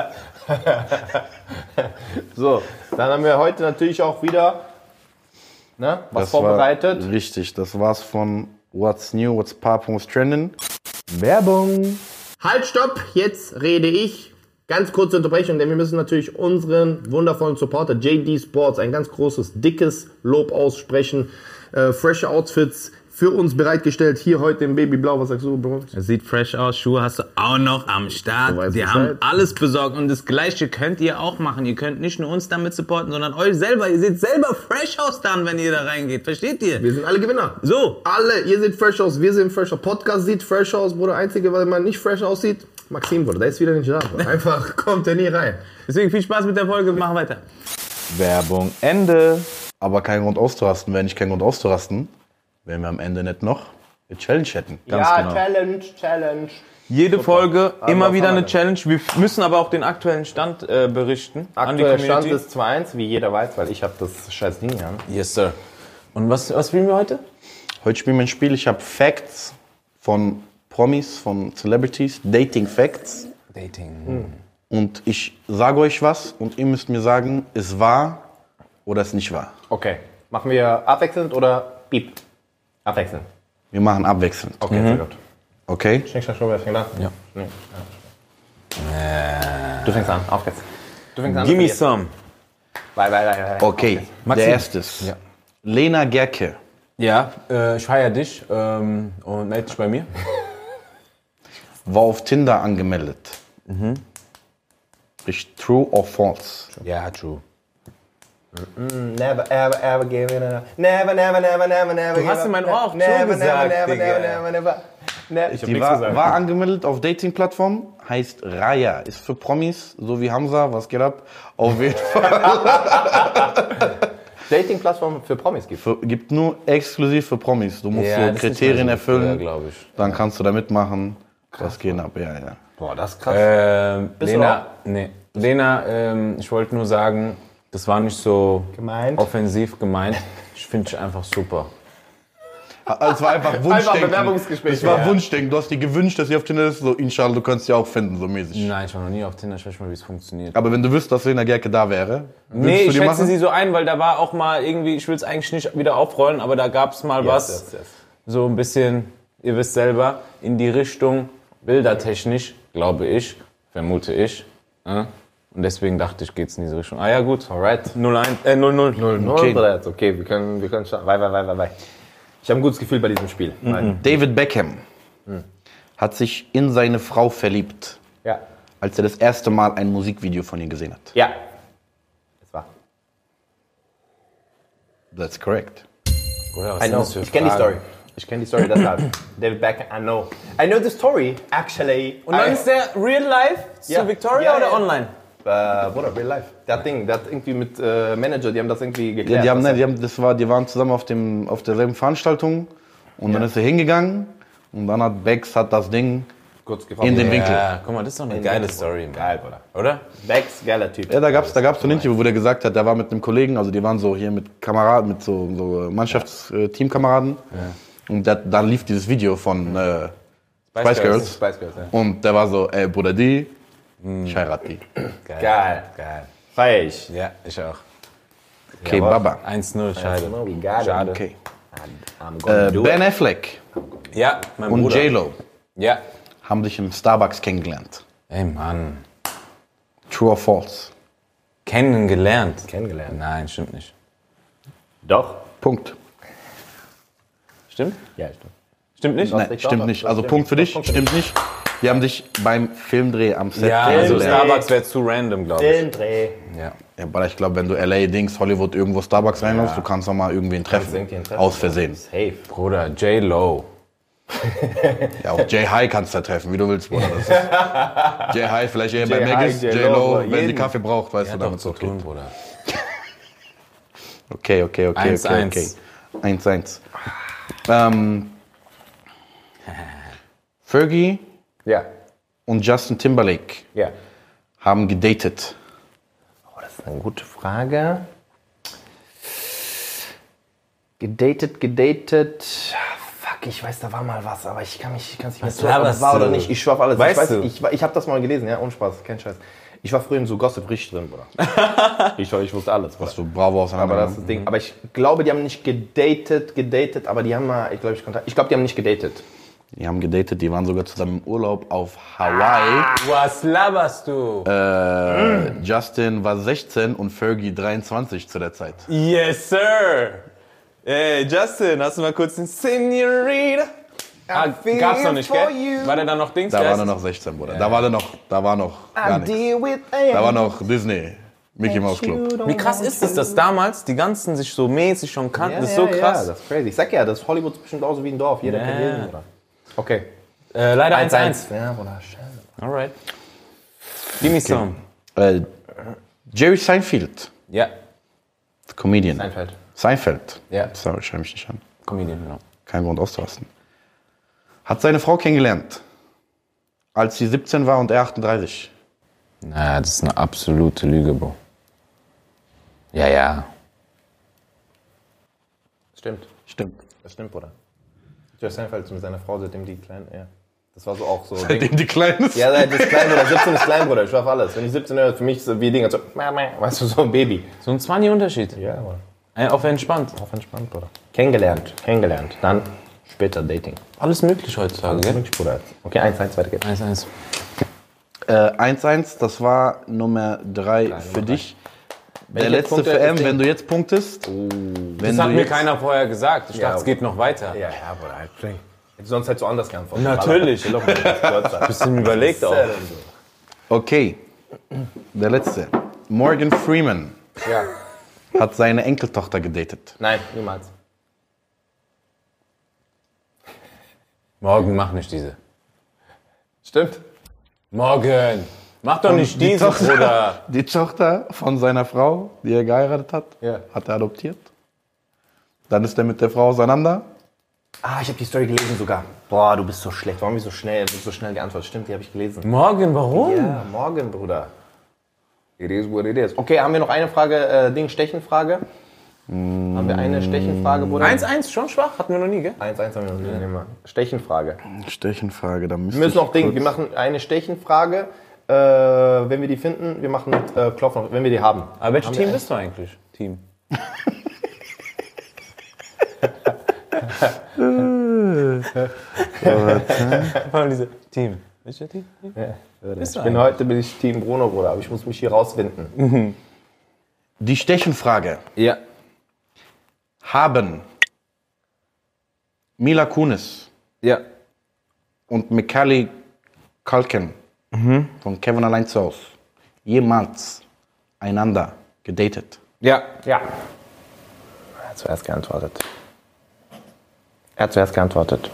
So, dann haben wir heute natürlich auch wieder was Das vorbereitet. War richtig, das war's von What's New, What's Pop, What's Trending. Werbung. Halt, stopp, jetzt rede ich. Ganz kurze Unterbrechung, denn wir müssen natürlich unseren wundervollen Supporter JD Sports ein ganz großes, dickes Lob aussprechen. Frische Outfits, für uns bereitgestellt. Hier heute im Babyblau. Was sagst du, Bro? Es sieht fresh aus, Schuhe hast du auch noch am Start. weißt Die Bescheid. haben alles besorgt und das Gleiche könnt ihr auch machen. Ihr könnt nicht nur uns damit supporten, sondern euch selber. Ihr seht selber fresh aus dann, wenn ihr da reingeht. Versteht ihr? Wir sind alle Gewinner. So. Alle, ihr seht fresh aus, wir sehen fresh aus. Podcast sieht fresh aus, Bruder. Einzige, weil man nicht fresh aussieht, Maxim, Bruder. Der ist wieder nicht da. Bruder. Einfach kommt er nie rein. Deswegen viel Spaß mit der Folge. Wir machen weiter. Werbung Ende. Aber kein Grund auszurasten. Wäre nicht kein Grund auszurasten, wenn wir am Ende nicht noch eine Challenge hätten. Ganz genau. Challenge. Jede Folge immer wieder eine Hammer. Challenge. Wir müssen aber auch den aktuellen Stand berichten an die Aktueller Stand Community. ist 2-1, wie jeder weiß, weil ich habe das scheiß Ding an. Yes, sir. Und was spielen wir heute? Heute spielen wir ein Spiel. Ich habe Facts von Promis, von Celebrities, Dating Facts. Dating. Und ich sage euch was und ihr müsst mir sagen, es wahr oder es nicht wahr. Okay. Machen wir abwechselnd oder piep? Abwechselnd. Wir machen abwechselnd. Okay, sehr gut. Okay? Schnick, schnack, schnuck, wer fängt an? Ja. Nee. Du fängst an, auf geht's. Du fängst an. Give me du some. Bye. Okay, Maxim. der erste ist Ja. Lena Gerke. Ja, ich feiere dich und melde dich bei mir. War auf Tinder angemeldet. Ist true or false? Ja, true. Never, ever give it up. Never. Du hast in mein Ohr auch true gesagt, Digga. Ich hab Die nichts gesagt. war angemeldet auf Dating-Plattform, heißt Raya, ist für Promis, so wie Hamza, was geht ab? Auf jeden Fall. Dating-Plattform für Promis gibt. Gibt nur exklusiv für Promis. Du musst so Kriterien erfüllen, glaube ich. dann kannst du da mitmachen. Was geht ab? Ja. Boah, das ist krass. Bist du Lena, ich wollte nur sagen, das war nicht so Gemeint? offensiv gemeint. Ich finde dich einfach super. Es war einfach Wunschdenken. Bewerbungsgespräch. Es war Wunschdenken. Du hast dir gewünscht, dass sie auf Tinder ist. So, inshallah, du kannst sie auch finden, so mäßig. Nein, ich war noch nie auf Tinder, ich weiß nicht mal, wie es funktioniert. Aber wenn du wüsstest, dass Lena Gerke da wäre, Nee, würdest ich du die schätze machen? sie so ein, weil da war auch mal irgendwie, ich will es eigentlich nicht wieder aufrollen, aber da gab es mal was, Yes. so ein bisschen, ihr wisst selber, in die Richtung bildertechnisch, glaube ich, vermute ich. Und deswegen dachte ich, geht's in diese Richtung. Ah ja, gut. Alright. 0-1, 0-0. 0-0 Okay. bereits. Okay, wir können starten. Weiter. Ich habe ein gutes Gefühl bei diesem Spiel. David Beckham hat sich in seine Frau verliebt, Ja. als er das erste Mal ein Musikvideo von ihr gesehen hat. Ja. Das war. That's correct. Bruder, was I sind know. das für Ich kenne die Fragen? Story. Deshalb. David Beckham, I know. I know the story, actually. Und dann ist der Real Life Ja. zu Victoria Ja, oder ja. online? Bruder, real life. Der hat irgendwie mit Manager, die haben das irgendwie geklärt. Ja, die waren zusammen auf derselben Veranstaltung und dann ist er hingegangen und dann hat Bex das Ding kurz gefragt. in den Winkel. Ja, guck mal, das ist doch eine geile Story. Mann. Geil, Bruder. Oder? Bex, geiler Typ. Ja, da gab's so ein Interview, wo der gesagt hat, der war mit einem Kollegen, also die waren so hier mit Kameraden, mit so Mannschaftsteamkameraden. Und dann lief dieses Video von Spice Girls. Spice Girls, ja. Und der war so, ey Bruder, ich heirate die. Geil. Feier ich. Ja, ich auch. Okay, Baba. 1-0, schade. We got it. Schade. Okay. I'm gonna do Ben it. Affleck Ja, mein und Bruder. J-Lo Ja. haben sich im Starbucks kennengelernt. Ey, Mann. True or false? Kennengelernt. Kennengelernt. Nein, stimmt nicht. Doch. Punkt. Stimmt? Ja, stimmt. Stimmt nicht? Nein, Doch, stimmt doch, nicht. doch, Also stimmt. Punkt für dich, Doch, Punkt für stimmt nicht. Die haben sich beim Filmdreh am Set Ja, also Film- Starbucks wäre zu random, glaube ich. Filmdreh. Ja. Ja, aber ich glaube, wenn du LA-Dings, Hollywood irgendwo Starbucks reinläufst, du kannst auch mal irgendwen treffen. irgendwen treffen. Aus Versehen. Safe. Bruder, J-Lo. Ja, auch Jay High kannst du da treffen, wie du willst, Bruder. Das ist Jay High, vielleicht eher bei Jay Maggis, High, J-Lo, J-Lo, wenn sie jeden. Kaffee braucht, weißt du, Hat doch damit zu so tun, geht. Bruder. Okay. 1-1. 1-1. Fergie Ja. und Justin Timberlake Ja. haben gedatet. Oh, das ist eine gute Frage. Gedatet. Fuck, ich weiß, da war mal was, aber ich kann es nicht mehr Was sagen, ob laberst es war oder du? nicht. Ich schwör auf alles. Weißt ich du? weiß, ich habe das mal gelesen, ja, ohne Spaß, kein Scheiß. Ich war früher in so Gossip richtig drin, Bruder. ich wusste alles, Bruder. Hast du Bravo auseinander. Aber das ist das Ding. Aber ich glaube, die haben nicht gedatet, aber die haben mal, ich glaube, die haben nicht gedatet. Die haben gedatet, die waren sogar zusammen im Urlaub auf Hawaii. Was laberst du? Justin war 16 und Fergie 23 zu der Zeit. Yes, sir. Ey, Justin, hast du mal kurz den Senorita? Gab's noch nicht, gell? War der dann noch Dings? Da war er noch 16, Bruder. Da war noch gar nichts. Da war noch Disney, Mickey Mouse Club. Wie krass ist es, dass damals die ganzen sich so mäßig schon kannten? Das ist so krass. Ja, das ist crazy. Ich sag ja, das Hollywood ist bestimmt auch so wie ein Dorf. Jeder kennt jeden, Bruder. Okay. Leider 1-1. Ja, Bruder, scheiße. Alright. Give me some. Jerry Seinfeld, Ja, Comedian. Seinfeld. Ja. Sorry, schreibe mich nicht an. Comedian, genau. Kein Grund auszurasten. Hat seine Frau kennengelernt, als sie 17 war und er 38. Na, das ist eine absolute Lüge, Bro. Ja. Stimmt. Stimmt. Das stimmt, Bruder. Jerry Seinfeld mit seiner Frau, seitdem die klein, ja. Das war so auch so. Seitdem die Kleine ist. Ja, das ist klein, Bruder. 17 ist klein, Bruder. Ich schaff alles. Wenn ich 17 höre, für mich ist es wie Ding, so, weißt du, so ein Baby. So ein 20-Unterschied. Ja, Bruder. Auf entspannt. Auf entspannt, Bruder. Kennengelernt. Dann später Dating. Alles möglich heutzutage, gell? Wirklich, Bruder. Okay, 1-1, weiter geht's. 1-1. 1-1, das war Nummer 3 für dich. Der letzte für M, wenn du jetzt punktest. Das hat mir keiner vorher gesagt. Ich dachte, es geht noch weiter. Ja, Bruder. Hätte sonst halt so anders geantwortet. Natürlich. Bisschen überlegt auch. Okay, der letzte. Morgan Freeman Ja. hat seine Enkeltochter gedatet. Nein, niemals. Morgen, mach nicht diese. Stimmt. Morgen, mach doch nicht diese, Bruder. Die Tochter von seiner Frau, die er geheiratet hat, Ja. hat er adoptiert. Dann ist er mit der Frau auseinander. Ah, ich habe die Story gelesen sogar. Boah, du bist so schlecht. Warum bist du so schnell geantwortet? Stimmt, die habe ich gelesen. Morgen, warum? Ja, morgen, Bruder. It is what it is. Okay, haben wir noch eine Frage, Stechenfrage? Haben wir eine Stechenfrage, Bruder? 1-1, schon schwach, hatten wir noch nie, gell? 1-1 haben wir noch nie. Nehmen wir. Stechenfrage. Stechenfrage, da Wir müssen noch Ding, wir machen eine Stechenfrage. Wenn wir die finden, wir machen mit Klopfen, wenn wir die haben. Aber welches Team bist du eigentlich? Team. Diese Team. Welches Team? Heute bin ich Team Bruno, Bruder, aber ich muss mich hier rausfinden. Die Stechenfrage. Ja. Haben Mila Kunis Ja. und Macaulay Culkin von Kevin allein zu Hause jemals einander gedatet? Ja. Ja. Er hat zuerst geantwortet.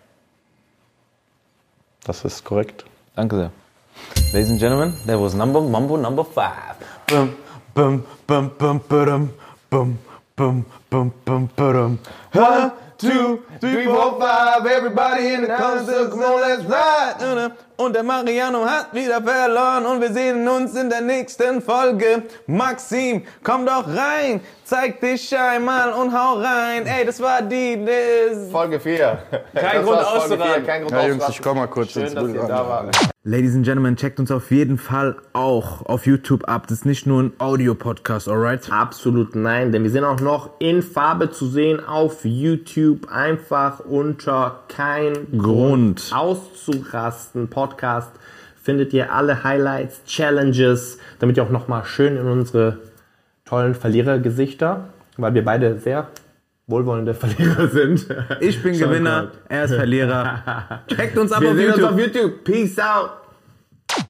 Das ist korrekt. Danke sehr. Ladies and gentlemen, that was Mambo number 5. Bum, bum, bum, bum, bum, bum, bum, bum, bum, bum. 1, 2, 3, 4, 5, everybody in the concert, come on, let's ride. Und der Mariano hat wieder verloren und wir sehen uns in der nächsten Folge. Maxim, komm doch rein, zeig dich einmal und hau rein. Ey, das war Folge 4. Kein Grund auszuraten. Kein Grund Ja, Jungs, auszuraten. ich komm mal kurz Schön, ins dass ihr Bild da ran. wart. Ladies and Gentlemen, checkt uns auf jeden Fall auch auf YouTube ab. Das ist nicht nur ein Audio-Podcast, alright? Absolut nein, denn wir sind auch noch in Farbe zu sehen auf YouTube. Einfach unter kein Grund. auszurasten Podcast findet ihr alle Highlights, Challenges, damit ihr auch nochmal schön in unsere tollen Verlierergesichter, weil wir beide sehr wohlwollende Verlierer sind. Ich bin Gewinner, er ist Verlierer. Checkt uns ab Wir auf sehen uns YouTube. auf YouTube. Peace out.